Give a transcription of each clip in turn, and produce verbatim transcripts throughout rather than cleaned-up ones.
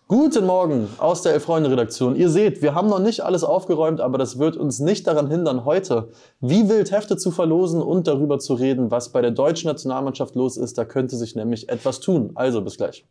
Guten Morgen aus der Elf-Freunde-Redaktion. Ihr seht, wir haben noch nicht alles aufgeräumt, aber das wird uns nicht daran hindern, heute wie wild Hefte zu verlosen und darüber zu reden, was bei der deutschen Nationalmannschaft los ist. Da könnte sich nämlich etwas tun. Also bis gleich.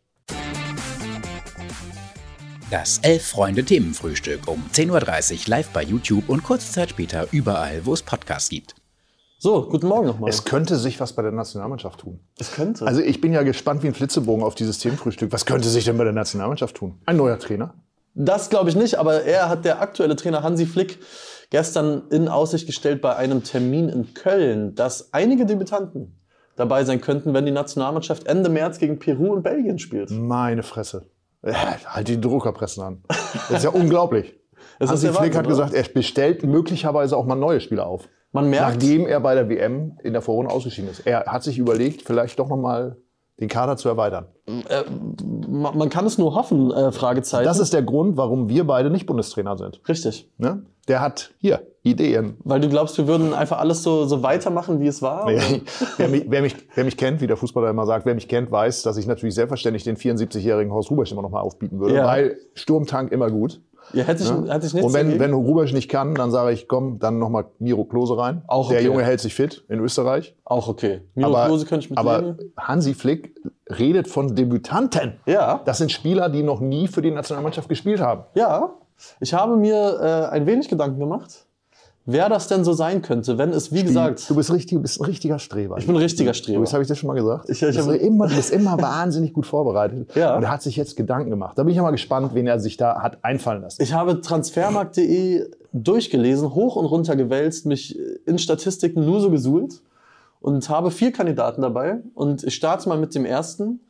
Das Elf-Freunde-Themenfrühstück um zehn Uhr dreißig live bei YouTube und kurze Zeit später überall, wo es Podcasts gibt. So, guten Morgen nochmal. Es könnte sich was bei der Nationalmannschaft tun. Es könnte. Also ich bin ja gespannt wie ein Flitzebogen auf dieses Themenfrühstück. Was könnte sich denn bei der Nationalmannschaft tun? Ein neuer Trainer? Das glaube ich nicht, aber er hat der aktuelle Trainer Hansi Flick gestern in Aussicht gestellt bei einem Termin in Köln, dass einige Debütanten dabei sein könnten, wenn die Nationalmannschaft Ende März gegen Peru und Belgien spielt. Meine Fresse. Ja, halt die Druckerpressen an. Das ist ja unglaublich. Das Hansi ist Flick Wahnsinn, hat gesagt, er bestellt möglicherweise auch mal neue Spieler auf. Man merkt, nachdem er bei der W M in der Vorrunde ausgeschieden ist. Er hat sich überlegt, vielleicht doch noch mal den Kader zu erweitern. Äh, man kann es nur hoffen, äh, Fragezeichen. Das ist der Grund, warum wir beide nicht Bundestrainer sind. Richtig. Ne? Der hat hier Ideen. Weil du glaubst, wir würden einfach alles so, so weitermachen, wie es war? Nee, wer, mich, wer, mich, wer mich kennt, wie der Fußballer immer sagt, wer mich kennt, weiß, dass ich natürlich selbstverständlich den vierundsiebzigjährigen Horst Rubesch immer noch mal aufbieten würde. Ja. Weil Sturmtank immer gut. Ja, hätte ich, Ja. hätte ich nichts Und wenn, dagegen. wenn Rubesch nicht kann, dann sage ich, komm, dann nochmal Miro Klose rein. Auch okay. Der Junge hält sich fit in Österreich. Auch okay. Miro aber, Klose könnte ich mit aber leben. Hansi Flick redet von Debütanten. Ja. Das sind Spieler, die noch nie für die Nationalmannschaft gespielt haben. Ja, ich habe mir äh, ein wenig Gedanken gemacht, wer das denn so sein könnte, wenn es, wie gesagt... Du bist, richtig, du bist ein richtiger Streber. Ich bin ein richtiger Streber. Das habe ich dir schon mal gesagt. Ich, ich du, bist immer, du bist immer wahnsinnig gut vorbereitet. Ja. Und er hat sich jetzt Gedanken gemacht. Da bin ich ja mal gespannt, wen er sich da hat einfallen lassen. Ich habe transfermarkt punkt de durchgelesen, hoch und runter gewälzt, mich in Statistiken nur so gesuhlt und habe vier Kandidaten dabei. Und ich starte mal mit dem ersten.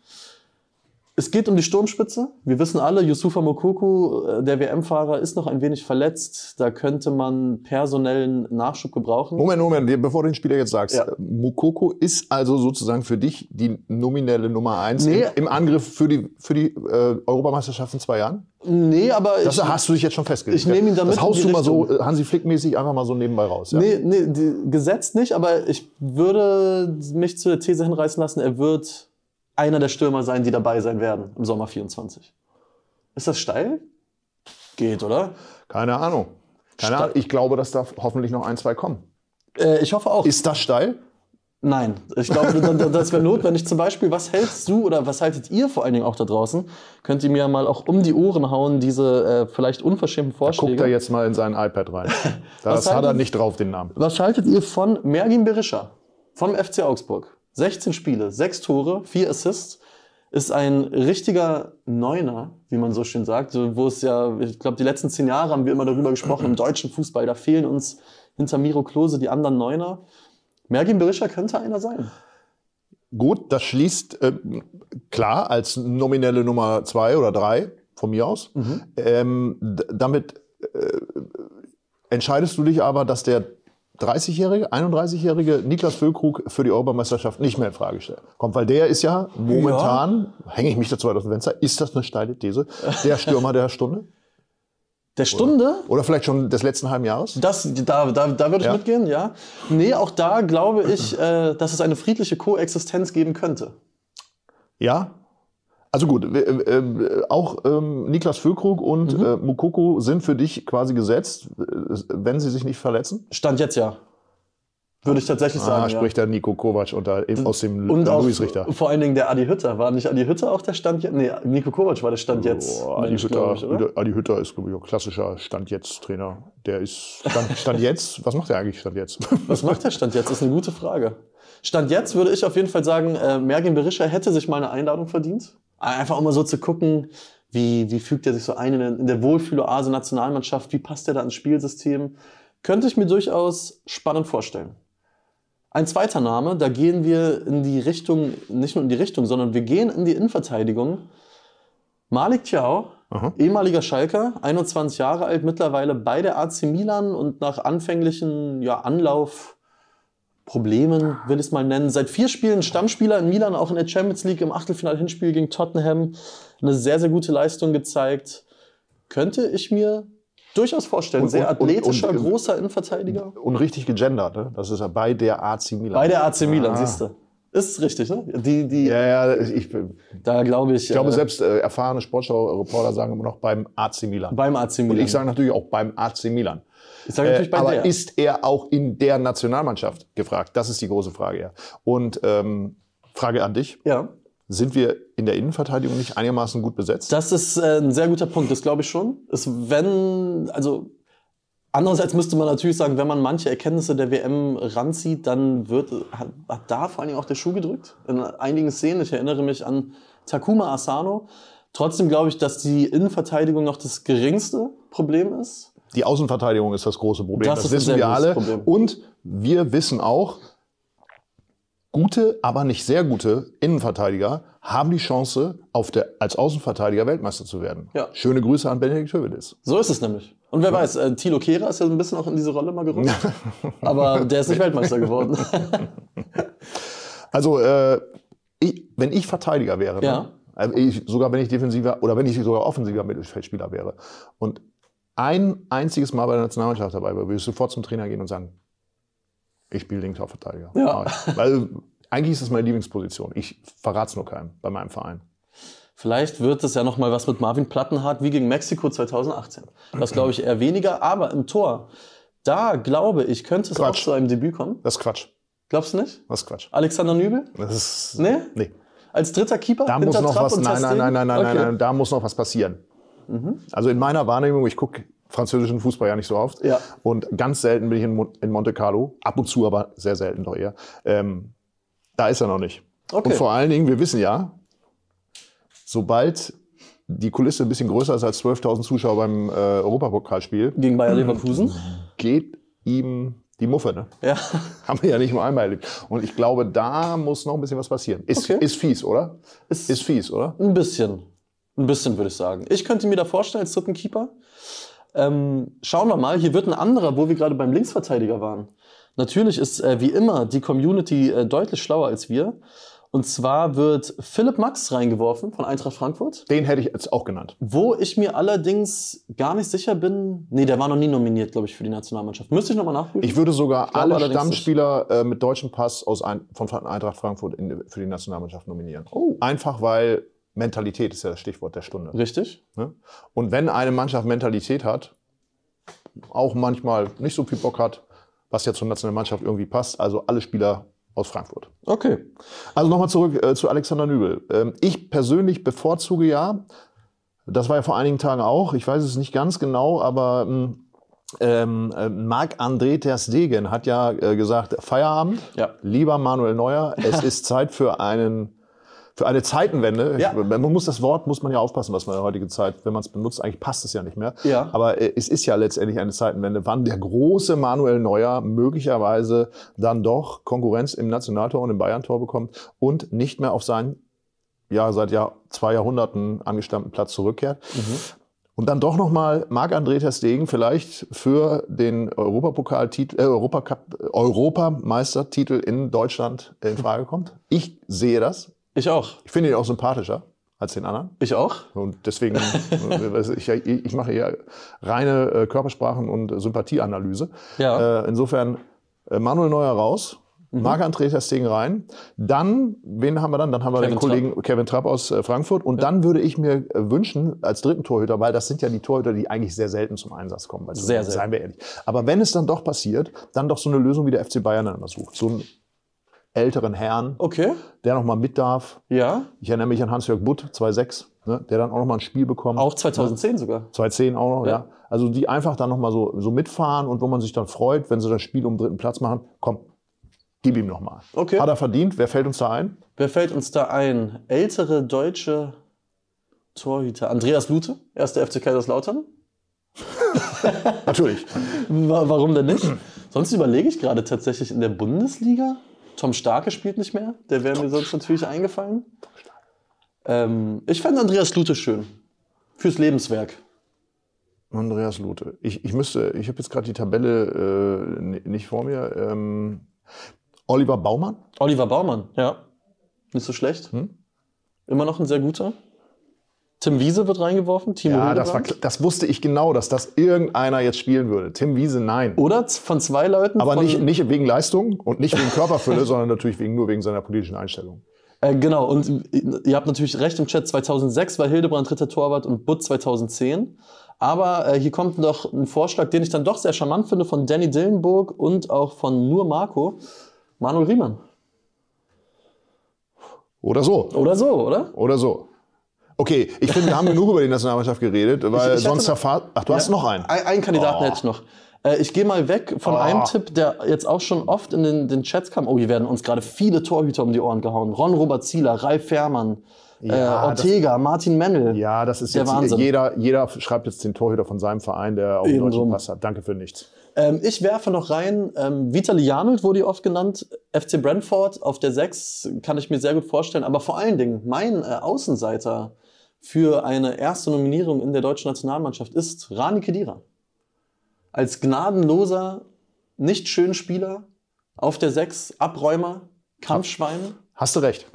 Es geht um die Sturmspitze. Wir wissen alle, Youssoufa Moukoko, der W M-Fahrer, ist noch ein wenig verletzt. Da könnte man personellen Nachschub gebrauchen. Moment, Moment, bevor du den Spieler jetzt sagst. Ja. Moukoko ist also sozusagen für dich die nominelle Nummer eins Nee. im, im Angriff für die, für die äh, Europameisterschaft in zwei Jahren? Nee, aber Das ich, hast du dich jetzt schon festgelegt. ich nehme ihn damit Das haust in die du mal so Richtung. äh, Hansi Flick-mäßig einfach mal so nebenbei raus. Ja? nee, nee, die, gesetzt nicht, aber ich würde mich zu der These hinreißen lassen, er wird einer der Stürmer sein, die dabei sein werden im Sommer vierundzwanzig. Ist das steil? Geht, oder? Keine Ahnung. Keine Sta- Ahnung. Ich glaube, dass da hoffentlich noch ein, zwei kommen. Äh, ich hoffe auch. Ist das steil? Nein, ich glaube, das wäre notwendig. Zum Beispiel, was hältst du oder was haltet ihr vor allen Dingen auch da draußen? Könnt ihr mir mal auch um die Ohren hauen, diese äh, vielleicht unverschämten Vorschläge. Guckt er jetzt mal in sein iPad rein. Was Das hat er haltet- nicht drauf, den Namen. Was haltet ihr von Mergin Berisha vom F C Augsburg? sechzehn Spiele, sechs Tore, vier Assists. Ist ein richtiger Neuner, wie man so schön sagt. So, wo es ja, ich glaube, die letzten zehn Jahre haben wir immer darüber gesprochen, im deutschen Fußball, da fehlen uns hinter Miro Klose die anderen Neuner. Mergin Berisha könnte einer sein. Gut, das schließt äh, klar als nominelle Nummer zwei oder drei von mir aus. Mhm. Ähm, d- damit äh, entscheidest du dich aber, dass der dreißigjährige, einunddreißigjährige Niklas Füllkrug für die Europameisterschaft nicht mehr in Frage stellt. Kommt, weil der ist ja momentan, hänge ich mich dazu weit aus dem Fenster, ist das eine steile These, der Stürmer der Stunde? Der Stunde? Oder vielleicht schon des letzten halben Jahres? Das, da, da, da würde ich Ja. mitgehen, ja. Nee, auch da glaube ich, äh, dass es eine friedliche Koexistenz geben könnte. Ja. Also gut, äh, äh, auch ähm, Niklas Füllkrug und Mhm. äh, Moukoko sind für dich quasi gesetzt, äh, wenn sie sich nicht verletzen. Stand jetzt ja. Würde ich tatsächlich sagen. Ah, spricht der Nico Kovac unter, eben aus dem ja. Und auch Luis Richter. vor allen Dingen der Adi Hütter. War nicht Adi Hütter auch der Stand jetzt? Nee, Nico Kovac war der Stand jetzt. Oh, Adi, Mensch, Hütter, glaub ich, oder? Adi Hütter ist, glaube ich, auch klassischer Stand-Jetzt-Trainer. Der ist Stand, Stand jetzt. Was macht der eigentlich Stand jetzt? Was macht der Stand jetzt? Das ist eine gute Frage. Stand jetzt würde ich auf jeden Fall sagen, äh, Mergin Berisha hätte sich mal eine Einladung verdient. Einfach um mal so zu gucken, wie, wie fügt er sich so ein in der, in der Wohlfühloase Nationalmannschaft, wie passt er da ins Spielsystem. Könnte ich mir durchaus spannend vorstellen. Ein zweiter Name, da gehen wir in die Richtung, nicht nur in die Richtung, sondern wir gehen in die Innenverteidigung. Malik Thiaw, Aha. ehemaliger Schalker, einundzwanzig Jahre alt, mittlerweile bei der A C Milan und nach anfänglichen ja, Anlaufproblemen, will ich es mal nennen, seit vier Spielen Stammspieler in Milan, auch in der Champions League im Achtelfinal-Hinspiel gegen Tottenham, eine sehr, sehr gute Leistung gezeigt. Könnte ich mir durchaus vorstellen. Und- Sehr und- und- athletischer, und- großer Innenverteidiger. Und richtig gegendert, ne? Das ist ja bei der A C Milan. Bei der A C Milan, Ah. siehst du. Ist richtig, ne? Die, die, Ja, ja, ich, ich da glaube ich. glaube, äh, selbst äh, erfahrene Sportschau-Reporter sagen immer noch beim A C Milan. beim A C Milan. Und ich sage natürlich auch beim A C Milan. Ich sage natürlich Äh, bei aber der. ist er auch in der Nationalmannschaft gefragt? Das ist die große Frage, ja. Und ähm, Frage an dich. Ja. Sind wir in der Innenverteidigung nicht einigermaßen gut besetzt? Das ist äh, ein sehr guter Punkt, das glaube ich schon. Es, wenn, also andererseits müsste man natürlich sagen, wenn man manche Erkenntnisse der W M ranzieht, dann wird, hat, hat da vor allen Dingen auch der Schuh gedrückt. In einigen Szenen, ich erinnere mich an Takuma Asano. Trotzdem glaube ich, dass die Innenverteidigung noch das geringste Problem ist. Die Außenverteidigung ist das große Problem. Das Das, ist ein wissen sehr wir großes alle. Problem. Und wir wissen auch, gute, aber nicht sehr gute Innenverteidiger haben die Chance, auf der, als Außenverteidiger Weltmeister zu werden. Ja. Schöne Grüße an Benedikt Höwedes. So ist es nämlich. Und wer weiß, äh, Thilo Kehrer ist ja so ein bisschen auch in diese Rolle mal gerutscht. Aber der ist nicht Weltmeister geworden. Also, äh, ich, wenn ich Verteidiger wäre, Ja. ne? Also ich, sogar wenn ich defensiver oder wenn ich sogar offensiver Mittelfeldspieler wäre und ein einziges Mal bei der Nationalmannschaft dabei wäre, würde ich sofort zum Trainer gehen und sagen, ich spiele Linksverteidiger. Ja. Weil eigentlich ist das meine Lieblingsposition. Ich verrate es nur keinem bei meinem Verein. Vielleicht wird es ja noch mal was mit Marvin Plattenhardt wie gegen Mexiko zweitausendachtzehn. Das glaube ich eher weniger, aber im Tor, da glaube ich, könnte es Quatsch. auch zu einem Debüt kommen. Das ist Quatsch. Glaubst du nicht? Das ist Quatsch. Alexander Nübel? Das ist, Nee? nee. Als dritter Keeper? Da muss hinter noch Trapp was, und nein, Ter nein, Stegen? nein, nein, nein, Okay. nein, nein, da muss noch was passieren. Also in meiner Wahrnehmung, ich gucke französischen Fußball ja nicht so oft. Ja. Und ganz selten bin ich in, Mon in Monte Carlo, ab und zu, aber sehr selten doch eher. Ähm, da ist er noch nicht. Okay. Und vor allen Dingen, wir wissen ja, sobald die Kulisse ein bisschen größer ist als zwölftausend Zuschauer beim äh, Europapokalspiel, Gegen Bayer Leverkusen? geht ihm die Muffe. Ne? Ja. Haben wir ja nicht nur einmal erlebt. Und ich glaube, da muss noch ein bisschen was passieren. Ist, Okay. ist fies, oder? Ist- ist fies, oder? Ein bisschen. Ein bisschen, würde ich sagen. Ich könnte mir da vorstellen, als dritten Keeper. Ähm, schauen wir mal, hier wird ein anderer, wo wir gerade beim Linksverteidiger waren. Natürlich ist äh, wie immer die Community äh, deutlich schlauer als wir. Und zwar wird Philipp Max reingeworfen von Eintracht Frankfurt. Den hätte ich jetzt auch genannt. Wo ich mir allerdings gar nicht sicher bin. Nee, der war noch nie nominiert, glaube ich, für die Nationalmannschaft. Müsste ich nochmal nachprüfen. Ich würde sogar glaube alle allerdings Stammspieler äh, mit deutschem Pass aus ein, von Eintracht Frankfurt in, für die Nationalmannschaft nominieren. Oh. Einfach weil Mentalität ist ja das Stichwort der Stunde. Richtig? Ne? Und wenn eine Mannschaft Mentalität hat, auch manchmal nicht so viel Bock hat, was ja zur Nationalmannschaft irgendwie passt, also alle Spieler aus Frankfurt. Okay. Also nochmal zurück äh, zu Alexander Nübel. Ähm, ich persönlich bevorzuge ja, das war ja vor einigen Tagen auch, ich weiß es nicht ganz genau, aber ähm, äh, Marc-André ter Stegen hat ja äh, gesagt, Feierabend, Ja. lieber Manuel Neuer, es ist Zeit für einen für eine Zeitenwende. Ja. Ich, man muss das Wort, muss man ja aufpassen, was man in der heutigen Zeit, wenn man es benutzt, eigentlich passt es ja nicht mehr. Ja. Aber äh, es ist ja letztendlich eine Zeitenwende, wann der große Manuel Neuer möglicherweise dann doch Konkurrenz im Nationaltor und im Bayern-Tor bekommt und nicht mehr auf seinen, ja, seit Jahr, zwei Jahrhunderten angestammten Platz zurückkehrt. Und dann doch nochmal Marc-André ter Stegen vielleicht für den Europapokaltitel, äh, Europacup, Europameistertitel in Deutschland in Frage kommt. Ich sehe das. Ich auch. Ich finde ihn auch sympathischer als den anderen. Ich auch. Und deswegen, äh, ich, ich mache hier reine äh, Körpersprachen- und Sympathieanalyse. Ja. Äh, insofern äh, Manuel Neuer raus, mhm. Marc-André ter Stegen rein. Dann, wen haben wir dann? Dann haben wir Kevin den Kollegen Trapp. Kevin Trapp aus äh, Frankfurt. Und dann würde ich mir äh, wünschen, als dritten Torhüter, weil das sind ja die Torhüter, die eigentlich sehr selten zum Einsatz kommen. Also, Sehr seien wir ehrlich. Aber wenn es dann doch passiert, dann doch so eine Lösung wie der F C Bayern dann immer sucht. So einen älteren Herrn, Okay. der noch mal mit darf. Ja. Ich erinnere mich an Hans-Jörg Butt, zweitausendsechs, ne, der dann auch noch mal ein Spiel bekommt. Auch zweitausendzehn sogar. zweitausendzehn auch noch, ja. Ja. Also die einfach dann noch mal so, so mitfahren und wo man sich dann freut, wenn sie das Spiel um den dritten Platz machen. Komm, gib ihm noch mal. Okay. Hat er verdient? Wer fällt uns da ein? Wer fällt uns da ein? Ältere deutsche Torhüter. Andreas Lute, erster F C Kaiserslautern. Natürlich. Wa- Warum denn nicht? Sonst überlege ich gerade tatsächlich in der Bundesliga. Tom Starke spielt nicht mehr. Der wäre mir sonst natürlich eingefallen. Ähm, ich fände Andreas Lute schön. Fürs Lebenswerk. Andreas Lute. Ich, ich müsste, ich habe jetzt gerade die Tabelle äh, n- nicht vor mir. Ähm, Oliver Baumann? Oliver Baumann, ja. Nicht so schlecht. Hm? Immer noch ein sehr guter. Tim Wiese wird reingeworfen, Timo Ja, das, war, Hildebrand. das wusste ich genau, dass das irgendeiner jetzt spielen würde. Tim Wiese, nein. Oder z- von zwei Leuten. Aber von, nicht, nicht wegen Leistung und nicht wegen Körperfülle, sondern natürlich wegen, nur wegen seiner politischen Einstellung. Äh, genau, und ihr habt natürlich recht im Chat, zweitausendsechs war Hildebrand dritter Torwart und Butt zweitausendzehn. Aber äh, hier kommt noch ein Vorschlag, den ich dann doch sehr charmant finde, von Danny Dillenburg und auch von Nur Marco. Manuel Riemann. Oder so. Oder so, oder? Oder so. Okay, ich finde, wir haben genug über die Nationalmannschaft geredet, weil Ich- ich sonst hatte- zerfahrt. Ach, du hast noch einen. Ein, einen Kandidaten Oh. hätte ich noch. Äh, ich gehe mal weg von Oh. einem Tipp, der jetzt auch schon oft in den, den Chats kam. Oh, hier werden uns gerade viele Torhüter um die Ohren gehauen. Ron-Robert Zieler, Ralf Fährmann, Ja, äh, Ortega, Martin Mennel. Ja, das ist Der jetzt Wahnsinn. jeder, jeder schreibt jetzt den Torhüter von seinem Verein, der auf den Eben deutschen drum. Pass hat. Danke für nichts. Ähm, ich werfe noch rein, ähm, Vitali Janelt wurde hier oft genannt, F C Brentford auf der sechs, kann ich mir sehr gut vorstellen. Aber vor allen Dingen, mein äh, Außenseiter für eine erste Nominierung in der deutschen Nationalmannschaft ist Rani Khedira. Als gnadenloser, nicht schön Spieler auf der sechs, Abräumer, Kampfschwein. Hast du recht.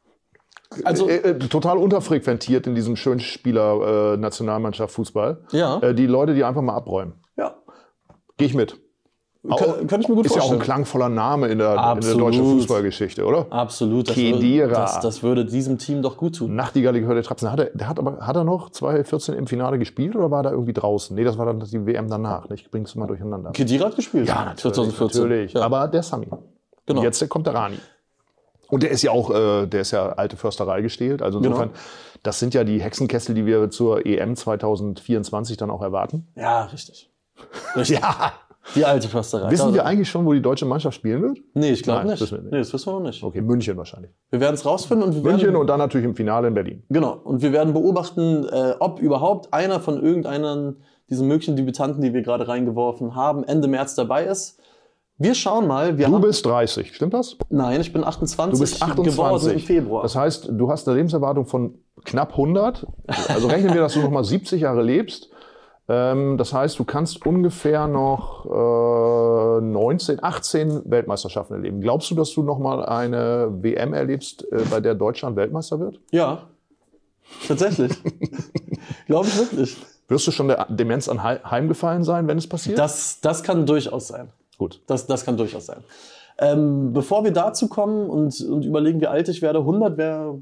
Also, Äh, äh, total unterfrequentiert in diesem schönen Spieler äh, Nationalmannschaft Fußball. Ja. Äh, die Leute, die einfach mal abräumen. ja, Gehe ich mit. kann, kann ich mir gut Ist ja auch vorstellen. ein klangvoller Name in der, in der Absolut. deutschen Fußballgeschichte, oder? Absolut, das, Khedira. würde, das, das würde diesem Team doch gut tun. Nachtigall gehört der Trapsen. Hat er, der hat, aber, hat er noch zweitausendvierzehn im Finale gespielt oder war er irgendwie draußen? Nee, das war dann die W M danach. Ich bring's mal durcheinander. Khedira hat gespielt. zweitausendvierzehn. Natürlich. Ja. Aber der Sami. Genau. Und jetzt kommt der Rani. Und der ist ja auch, äh, der ist ja alte Försterei gestählt. Also insofern, Genau. das sind ja die Hexenkessel, die wir zur E M zweitausendvierundzwanzig dann auch erwarten. Ja, richtig. richtig. Ja. Die alte Försterei. Wissen Da- wir eigentlich schon, wo die deutsche Mannschaft spielen wird? Nee, ich glaube Nein, nicht. das wissen wir nicht. Nee, das wissen wir noch nicht. Okay, München wahrscheinlich. Wir werden es rausfinden und wir München werden, und dann natürlich im Finale in Berlin. genau, und wir werden beobachten, äh, ob überhaupt einer von irgendeinen diesen möglichen Debütanten, die wir gerade reingeworfen haben, Ende März dabei ist. Wir schauen mal. Wir Du haben, bist dreißig, stimmt das? nein, ich bin achtundzwanzig, Du bist geworden achtundzwanzig. im Februar. Das heißt, du hast eine Lebenserwartung von knapp hundert. Also rechnen wir, dass du noch mal siebzig Jahre lebst. Ähm, das heißt, du kannst ungefähr noch äh, neunzehn, achtzehn Weltmeisterschaften erleben. Glaubst du, dass du noch mal eine W M erlebst, äh, bei der Deutschland Weltmeister wird? Ja, tatsächlich. Glaube ich wirklich. Wirst du schon der Demenz anheimgefallen sein, wenn es passiert? Das, das kann durchaus sein. Gut. Das, das kann durchaus sein. Ähm, bevor wir dazu kommen und, und überlegen, wie alt ich werde, hundert wäre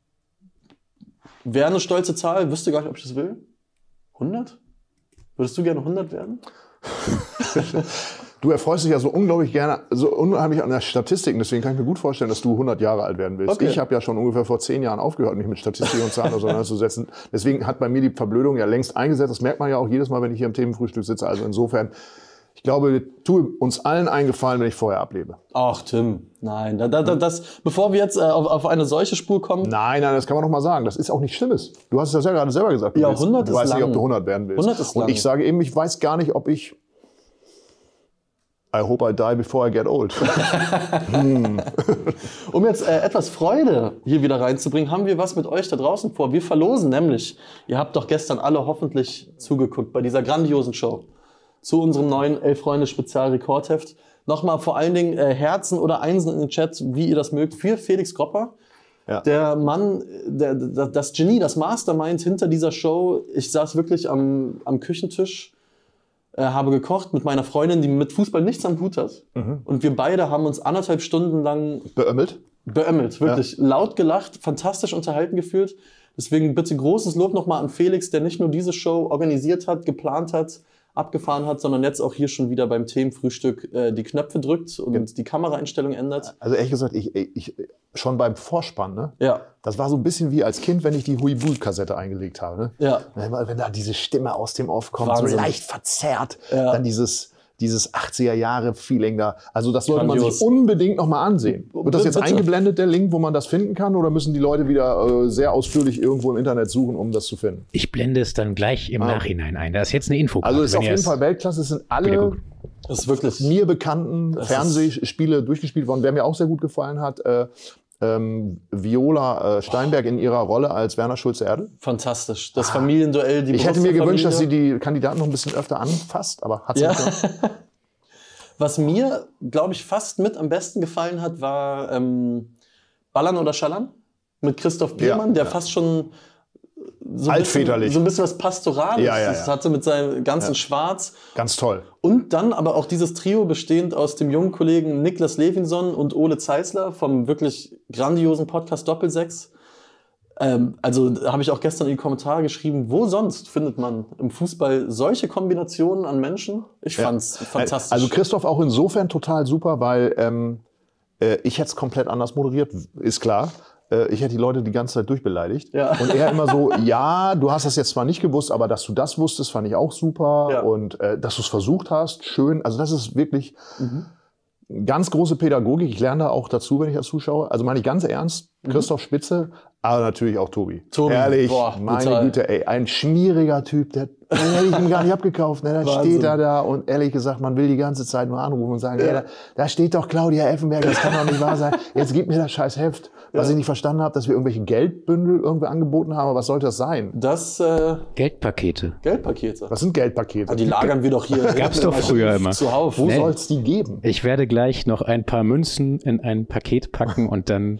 wär eine stolze Zahl. Wüsste gar nicht, ob ich das will. hundert? Würdest du gerne hundert werden? Du erfreust dich ja so unglaublich gerne, so unheimlich an der Statistik. Deswegen kann ich mir gut vorstellen, dass du hundert Jahre alt werden willst. Okay. Ich habe ja schon ungefähr vor zehn Jahren aufgehört, mich mit Statistik und Zahlen auseinanderzusetzen. Deswegen hat bei mir die Verblödung ja längst eingesetzt. Das merkt man ja auch jedes Mal, wenn ich hier im Themenfrühstück sitze. Also insofern, ich glaube, tue uns allen einen Gefallen, wenn ich vorher ablebe. Ach, Tim, nein. Da, da, da, das, bevor wir jetzt äh, auf, auf eine solche Spur kommen, Nein, nein, das kann man doch mal sagen. Das ist auch nicht Schlimmes. Du hast es ja gerade selber gesagt. Du, Ja, willst, hundert du ist weißt nicht, lang. ob du hundert werden willst. hundert ist und lang. ich sage eben, ich weiß gar nicht, ob ich I hope I die before I get old. um jetzt äh, etwas Freude hier wieder reinzubringen, haben wir was mit euch da draußen vor. Wir verlosen nämlich, ihr habt doch gestern alle hoffentlich zugeguckt bei dieser grandiosen Show zu unserem neuen Elf-Freunde-Spezial-Rekordheft. Nochmal vor allen Dingen äh, Herzen oder Einsen in den Chat, wie ihr das mögt, für Felix Gropper. Ja. Der Mann, der, der, das Genie, das Mastermind hinter dieser Show. Ich saß wirklich am, am Küchentisch, äh, habe gekocht mit meiner Freundin, die mit Fußball nichts am Hut hat. Mhm. Und wir beide haben uns anderthalb Stunden lang Beömmelt? beömmelt, wirklich laut gelacht, fantastisch unterhalten gefühlt. Deswegen bitte großes Lob nochmal an Felix, der nicht nur diese Show organisiert hat, geplant hat, abgefahren hat, sondern jetzt auch hier schon wieder beim Themenfrühstück äh, die Knöpfe drückt und Ja. die Kameraeinstellung ändert. Also ehrlich gesagt, ich, ich, schon beim Vorspann, ne? Ja, Das war so ein bisschen wie als Kind, wenn ich die Huibu-Kassette eingelegt habe. Ne? ja. Wenn, wenn da diese Stimme aus dem Off kommt, Wahnsinn. so leicht verzerrt, Ja. dann dieses, dieses achtziger-Jahre-Feeling da. Also das sollte man Grandios. sich unbedingt nochmal ansehen. Wird das jetzt Bitte. eingeblendet, der Link, wo man das finden kann? Oder müssen die Leute wieder äh, sehr ausführlich irgendwo im Internet suchen, um das zu finden? Ich blende es dann gleich im Ah, okay. Nachhinein ein. Da ist jetzt eine Info. Also ist wenn auf ihr jeden es- Fall Weltklasse. Es sind Bitte alle gucken. Das ist wirklich mir bekannten Das Fernsehspiele durchgespielt worden. Wer mir auch sehr gut gefallen hat, äh, ähm, Viola äh, Steinberg in ihrer Rolle als Werner Schulze-Erdel. fantastisch. Das Familienduell, die Ich hätte mir bewusste gewünscht, dass sie Familie. die Kandidaten noch ein bisschen öfter anfasst, aber hat sie Ja. nicht. Was mir, glaube ich, fast mit am besten gefallen hat, war ähm, Ballern oder Schallern mit Christoph Biermann, Ja, der ja. fast schon so ein altväterlich. Bisschen, so ein bisschen was Pastorales. Ja, ja, ja. Das hatte mit seinem ganzen Ja. Schwarz. Ganz toll. Und dann aber auch dieses Trio bestehend aus dem jungen Kollegen Niklas Levinson und Ole Zeisler vom wirklich grandiosen Podcast Doppelsechs. Ähm, also da habe ich auch gestern in die Kommentare geschrieben, wo sonst findet man im Fußball solche Kombinationen an Menschen? Ich fand's Ja. fantastisch. Also Christoph auch insofern total super, weil ähm, äh, ich hätte es komplett anders moderiert, ist klar. Äh, ich hätte die Leute die ganze Zeit durchbeleidigt. Ja. Und er immer so, ja, du hast das jetzt zwar nicht gewusst, aber dass du das wusstest, fand ich auch super. Ja. Und äh, dass du es versucht hast, schön. Also das ist wirklich mhm. ganz große Pädagogik. Ich lerne da auch dazu, wenn ich das zuschaue. Also meine ich ganz ernst, Christoph Spitze, aber natürlich auch Tobi. Tobi, Ehrlich, boah, meine brutal. Güte, ey, ein schmieriger Typ, der den hätte ich ihm gar nicht abgekauft. Ne? Da Wahnsinn. steht er da und ehrlich gesagt, man will die ganze Zeit nur anrufen und sagen, Ja. ey, da, da steht doch Claudia Effenberg, das kann doch nicht wahr sein. Jetzt gib mir das scheiß Heft. Was Ja. ich nicht verstanden habe, dass wir irgendwelche Geldbündel irgendwie angeboten haben. Aber was sollte das sein? das äh, Geldpakete. Geldpakete. Das sind Geldpakete. Ja, die lagern wir doch hier. Gab's doch früher immer. Zuhauf. Wo Nee. soll's die geben? Ich werde gleich noch ein paar Münzen in ein Paket packen und dann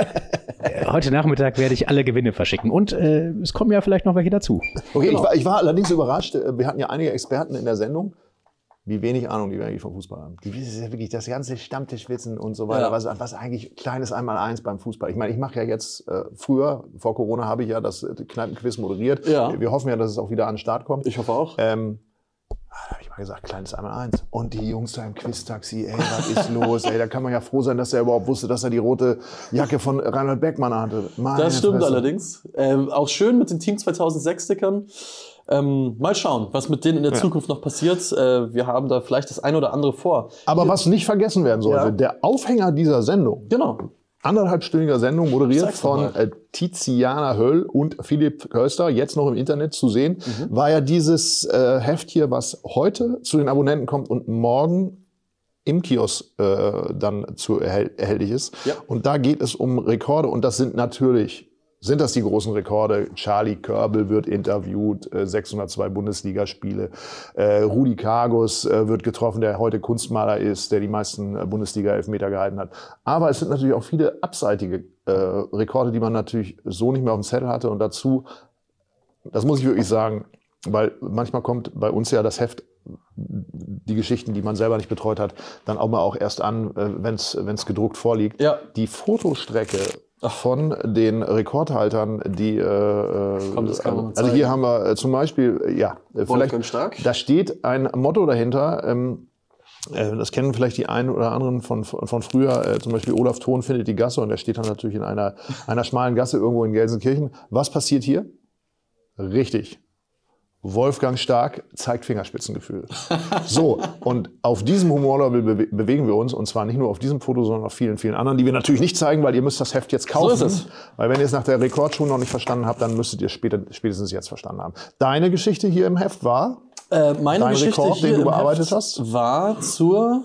äh, heute Nachmittag werde ich alle Gewinne verschicken. Und äh, es kommen ja vielleicht noch welche dazu. Okay, Genau. ich, war, ich war allerdings überrascht. Wir hatten ja einige Experten in der Sendung, wie wenig Ahnung die wir eigentlich vom Fußball haben. Die wissen ja wirklich das ganze Stammtischwissen und so weiter, Ja. was, was eigentlich kleines Einmaleins beim Fußball. Ich meine, ich mache ja jetzt äh, früher, vor Corona habe ich ja das äh, Kneipenquiz moderiert. Ja. Wir hoffen ja, dass es auch wieder an den Start kommt. Ich hoffe auch. Ähm, da habe ich mal gesagt, kleines Einmaleins. Und die Jungs da im Quiz-Taxi, ey, was ist los? Ey, da kann man ja froh sein, dass er überhaupt wusste, dass er die rote Jacke von Reinhold Beckmann hatte. Meine Das stimmt Fresse. allerdings. Ähm, auch schön mit den Team zweitausendsechs-Stickern. Ähm, mal schauen, was mit denen in der Ja. Zukunft noch passiert. Äh, wir haben da vielleicht das ein oder andere vor. Aber was nicht vergessen werden sollte, Ja. der Aufhänger dieser Sendung, Genau. anderthalbstündiger Sendung, moderiert Sag's doch von mal. äh, Tiziana Höll und Philipp Köster, jetzt noch im Internet zu sehen, Mhm. war ja dieses äh, Heft hier, was heute zu den Abonnenten kommt und morgen im Kiosk äh, dann zu erhält, erhältlich ist. Ja. Und da geht es um Rekorde und das sind natürlich, sind das die großen Rekorde. Charlie Körbel wird interviewt, äh, sechshundertzwei Bundesligaspiele. Äh, Rudi Kargus äh, wird getroffen, der heute Kunstmaler ist, der die meisten äh, Bundesliga-Elfmeter gehalten hat. Aber es sind natürlich auch viele abseitige äh, Rekorde, die man natürlich so nicht mehr auf dem Zettel hatte. Und dazu, das muss ich wirklich sagen, weil manchmal kommt bei uns ja das Heft, die Geschichten, die man selber nicht betreut hat, dann auch mal auch erst an, wenn es gedruckt vorliegt. Ja. Die Fotostrecke von den Rekordhaltern, die äh, Komm, das kann man mal also zeigen. hier haben wir äh, zum Beispiel, äh, ja, äh, Wolfgang vielleicht, Stark. da steht ein Motto dahinter, ähm, äh, das kennen vielleicht die einen oder anderen von, von, von früher, äh, zum Beispiel Olaf Thon findet die Gasse und der steht dann natürlich in einer, einer schmalen Gasse irgendwo in Gelsenkirchen. Was passiert hier? Richtig. Wolfgang Stark zeigt Fingerspitzengefühl. So, und auf diesem Humorlevel bewe bewegen wir uns. Und zwar nicht nur auf diesem Foto, sondern auf vielen, vielen anderen, die wir natürlich nicht zeigen, weil ihr müsst das Heft jetzt kaufen. So ist es. Weil wenn ihr es nach der Rekordshow noch nicht verstanden habt, dann müsstet ihr später, spätestens jetzt verstanden haben. Deine Geschichte hier im Heft war? Äh, meine Dein Geschichte Rekord, hier den du im bearbeitet Heft hast? war zur...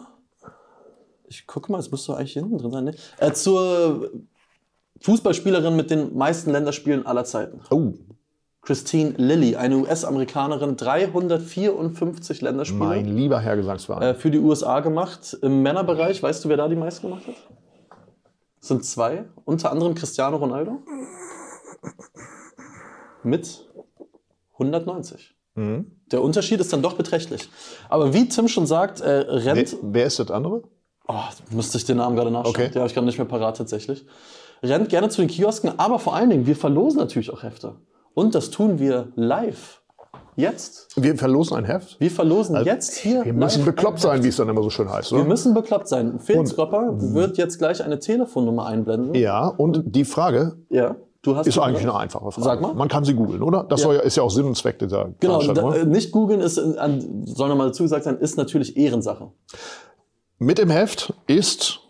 Ich gucke mal, es müsste eigentlich hier hinten drin sein. Ne? Äh, zur Fußballspielerin mit den meisten Länderspielen aller Zeiten. Oh, Christine Lilly, eine U S-Amerikanerin, dreihundertvierundfünfzig Länderspiele mein lieber Herr Gesangsverein. äh, für die U S A gemacht. Im Männerbereich, weißt du, wer da die meisten gemacht hat? Es sind zwei, unter anderem Cristiano Ronaldo mit hundertneunzig. Mhm. Der Unterschied ist dann doch beträchtlich. Aber wie Tim schon sagt, äh, Wer, rennt... wer ist das andere? Oh, müsste ich den Namen gerade nachschauen. Okay. Den habe ich gerade nicht mehr parat tatsächlich. Rennt gerne zu den Kiosken, aber vor allen Dingen, wir verlosen natürlich auch Hefte. Und das tun wir live. Jetzt. Wir verlosen ein Heft. Wir verlosen jetzt hier Wir müssen live bekloppt sein, wie es dann immer so schön heißt. Wir Oder? müssen bekloppt sein. Felix Gropper wird jetzt gleich eine Telefonnummer einblenden. Ja, und die Frage Ja. Du hast ist die, eigentlich oder? eine einfache Frage. Sag mal. Man kann sie googeln, oder? Das Ja. soll ja, ist ja auch Sinn und Zweck dieser Genau, Veranstaltung, da, oder? äh, nicht googeln ist, äh, an- soll nochmal dazu gesagt sein, ist natürlich Ehrensache. Mit im Heft ist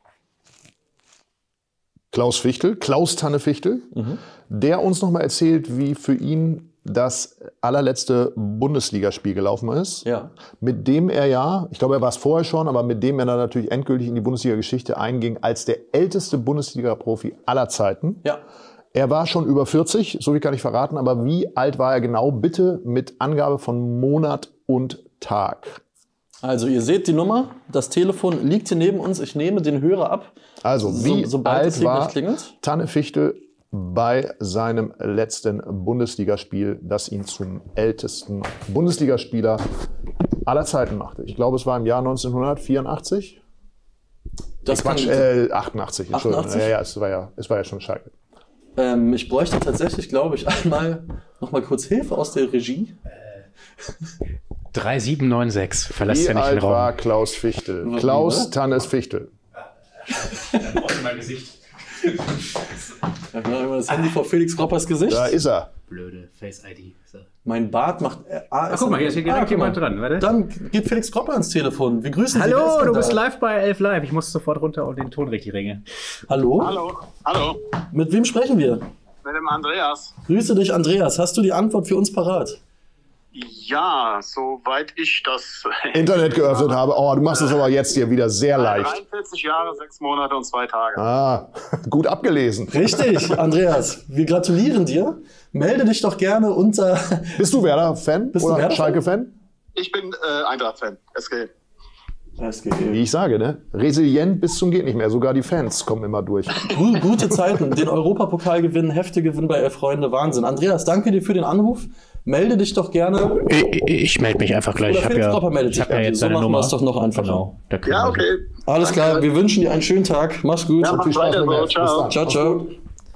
Klaus Fichtel, Klaus Tanne Fichtel, Mhm. der uns nochmal erzählt, wie für ihn das allerletzte Bundesligaspiel gelaufen ist. Ja. Mit dem er ja, ich glaube, er war es vorher schon, aber mit dem er dann natürlich endgültig in die Bundesliga-Geschichte einging, als der älteste Bundesliga-Profi aller Zeiten. Ja. Er war schon über vierzig, so viel kann ich verraten, aber wie alt war er genau? Bitte mit Angabe von Monat und Tag. Also ihr seht die Nummer, das Telefon liegt hier neben uns, ich nehme den Hörer ab. Also, wie So- sobald das alt Ding war gleich klingelt. Tanne Fichtel bei seinem letzten Bundesligaspiel, das ihn zum ältesten Bundesligaspieler aller Zeiten machte. Ich glaube, es war im Jahr neunzehnhundertvierundachtzig. Das Quatsch, kann, äh, achtundachtzig. Entschuldigung. achtundachtzig? Ja, ja, es war ja, es war ja schon Schalke. Ähm, ich bräuchte tatsächlich, glaube ich, einmal noch mal kurz Hilfe aus der Regie. drei sieben neun sechs, verlasst Wie ja nicht den alt war Raum. Klaus Fichtel? Wie, Klaus oder? Tannes Fichtel. In mein Gesicht. Ich habe noch einmal das Handy vor Felix Roppers Gesicht. Da ist er. Blöde Face-I D. So. Mein Bart macht... Äh, ah, Ach, guck mal, hier ist hier direkt guck mal. jemand dran. Warte. Dann geht Felix Ropper ans Telefon. Wir grüßen Sie. Wer ist Hallo, denn du da? bist live bei elf Live. Ich muss sofort runter und den Ton richtig regeln. Hallo? Hallo. Hallo. Mit wem sprechen wir? Mit dem Andreas. Grüße dich, Andreas. Hast du die Antwort für uns parat? Ja, soweit ich das... Internet geöffnet habe. Oh, du machst es aber jetzt hier wieder sehr leicht. dreiundvierzig Jahre, sechs Monate und zwei Tage. Ah, gut abgelesen. Richtig, Andreas. Wir gratulieren dir. Melde dich doch gerne unter... Bist du Werder-Fan Bist du oder Werder-Fan? Schalke-Fan? Ich bin äh, Eintracht-Fan. S G. Es geht. Wie ich sage, ne? Resilient bis zum geht nicht mehr. Sogar die Fans kommen immer durch. Gu- Gute Zeiten. Den Europapokal gewinnen, heftige Gewinn bei Elf Freunde. Wahnsinn. Andreas, danke dir für den Anruf. Melde dich doch gerne. Ich, ich melde mich einfach gleich. Oder Ich habe Felix ja, Ropper meldet ich hab sich ja bei dir. jetzt So seine machen wir Nummer. es doch noch einfacher. Genau. Da können Ja, wir- okay. Alles klar, wir wünschen dir einen schönen Tag. Mach's gut. Ja, Viel mach Spaß weiter mit so. Bis Ciao. dann. Ciao, ciao.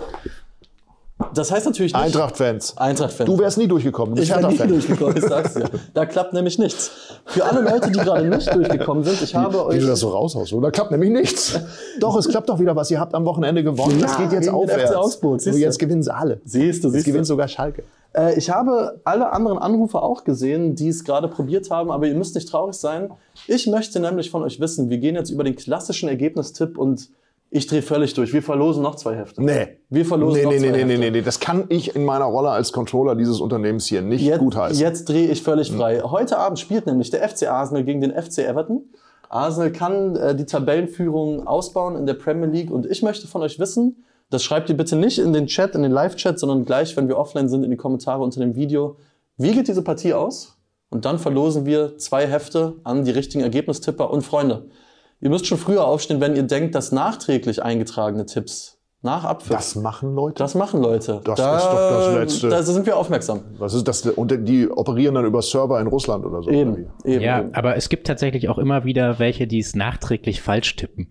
Das heißt natürlich nicht... Eintracht-Fans. Eintracht-Fan. Du wärst nie durchgekommen. Du bist Ich bin nie Hertha-Fan. durchgekommen, ich sag's dir. Da klappt nämlich nichts. Für alle Leute, die gerade nicht durchgekommen sind, ich habe Wie euch... du das so raushaust, oder? Da klappt nämlich nichts. Doch, es klappt doch wieder was. Ihr habt am Wochenende gewonnen. Ja, das geht jetzt gegen den F C aufwärts. Augsburg, Und siehst du. jetzt gewinnen sie alle. Siehst du, Jetzt siehst gewinnt du. sogar Schalke. Äh, ich habe alle anderen Anrufer auch gesehen, die es gerade probiert haben, aber ihr müsst nicht traurig sein. Ich möchte nämlich von euch wissen, wir gehen jetzt über den klassischen Ergebnistipp und ich drehe völlig durch. Wir verlosen noch zwei Hefte. Nee. Wir verlosen nee, noch nee, zwei nee, nee, Hefte. nee, nee. Das kann ich in meiner Rolle als Controller dieses Unternehmens hier nicht Jetzt, gutheißen. jetzt drehe ich völlig frei. Heute Abend spielt nämlich der F C Arsenal gegen den F C Everton. Arsenal kann äh, die Tabellenführung ausbauen in der Premier League und ich möchte von euch wissen, das schreibt ihr bitte nicht in den Chat, in den Live-Chat, sondern gleich, wenn wir offline sind, in die Kommentare unter dem Video. Wie geht diese Partie aus? Und dann verlosen wir zwei Hefte an die richtigen Ergebnistipper und Freunde. Ihr müsst schon früher aufstehen, wenn ihr denkt, dass nachträglich eingetragene Tipps nach Abpfiff, Das machen Leute. das machen Leute. Das da, ist doch das Letzte. Da sind wir aufmerksam. Was ist das? Und die operieren dann über Server in Russland oder so. Eben, oder wie? eben. Ja, eben. aber es gibt tatsächlich auch immer wieder welche, die es nachträglich falsch tippen.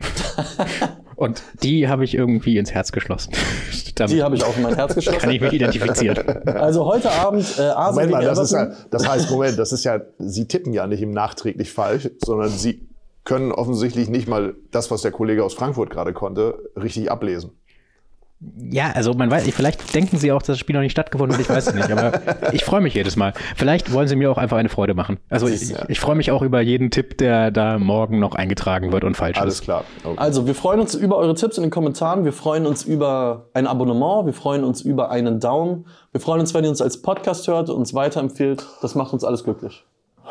Und die habe ich irgendwie ins Herz geschlossen. Damit Die habe ich auch in mein Herz geschlossen. kann ich mich identifizieren. Also heute Abend äh, Arsenal Moment mal, gegen das, ist ja, Everton. das heißt, Moment, das ist ja, sie tippen ja nicht im nachträglich falsch, sondern sie können offensichtlich nicht mal das, was der Kollege aus Frankfurt gerade konnte, richtig ablesen. Ja, also man weiß, vielleicht denken sie auch, dass das Spiel noch nicht stattgefunden hat, ich weiß es nicht, aber ich freue mich jedes Mal. Vielleicht wollen sie mir auch einfach eine Freude machen. Also ich, ich freue mich auch über jeden Tipp, der da morgen noch eingetragen wird und falsch Alles ist. klar. Okay. Also wir freuen uns über eure Tipps in den Kommentaren. Wir freuen uns über ein Abonnement. Wir freuen uns über einen Daumen. Wir freuen uns, wenn ihr uns als Podcast hört und uns weiterempfehlt. Das macht uns alles glücklich.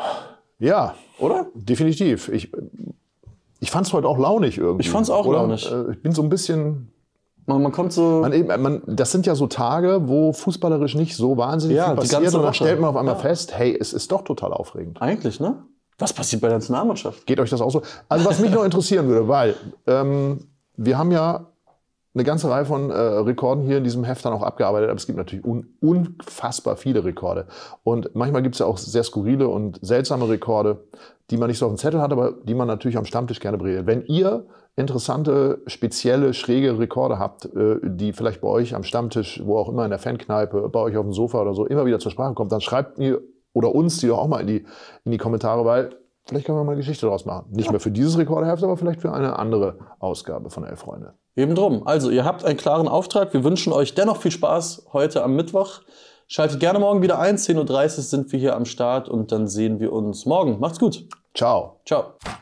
Ja, Oder? definitiv. Ich, ich fand es heute auch launig irgendwie. Ich fand's auch oder? launig. Äh, Ich bin so ein bisschen... Man, man kommt so... Man eben, man, das sind ja so Tage, wo fußballerisch nicht so wahnsinnig Ja, viel die passiert. ganze Und dann Woche. stellt man auf einmal Ja. fest, hey, es ist doch total aufregend. Eigentlich, ne? Was passiert bei der Nationalmannschaft? Geht euch das auch so? Also was mich noch interessieren würde, weil ähm, wir haben ja eine ganze Reihe von äh, Rekorden hier in diesem Heft dann auch abgearbeitet, aber es gibt natürlich un unfassbar viele Rekorde. Und manchmal gibt es ja auch sehr skurrile und seltsame Rekorde, die man nicht so auf dem Zettel hat, aber die man natürlich am Stammtisch gerne berät. Wenn ihr interessante, spezielle, schräge Rekorde habt, äh, die vielleicht bei euch am Stammtisch, wo auch immer in der Fankneipe, bei euch auf dem Sofa oder so, immer wieder zur Sprache kommt, dann schreibt mir oder uns die doch auch mal in die, in die Kommentare, weil vielleicht können wir mal eine Geschichte daraus machen. Nicht mehr für dieses Rekordeheft, aber vielleicht für eine andere Ausgabe von Elf Freunde. Eben drum. Also ihr habt einen klaren Auftrag. Wir wünschen euch dennoch viel Spaß heute am Mittwoch. Schaltet gerne morgen wieder ein. zehn Uhr dreißig sind wir hier am Start und dann sehen wir uns morgen. Macht's gut. Ciao. Ciao.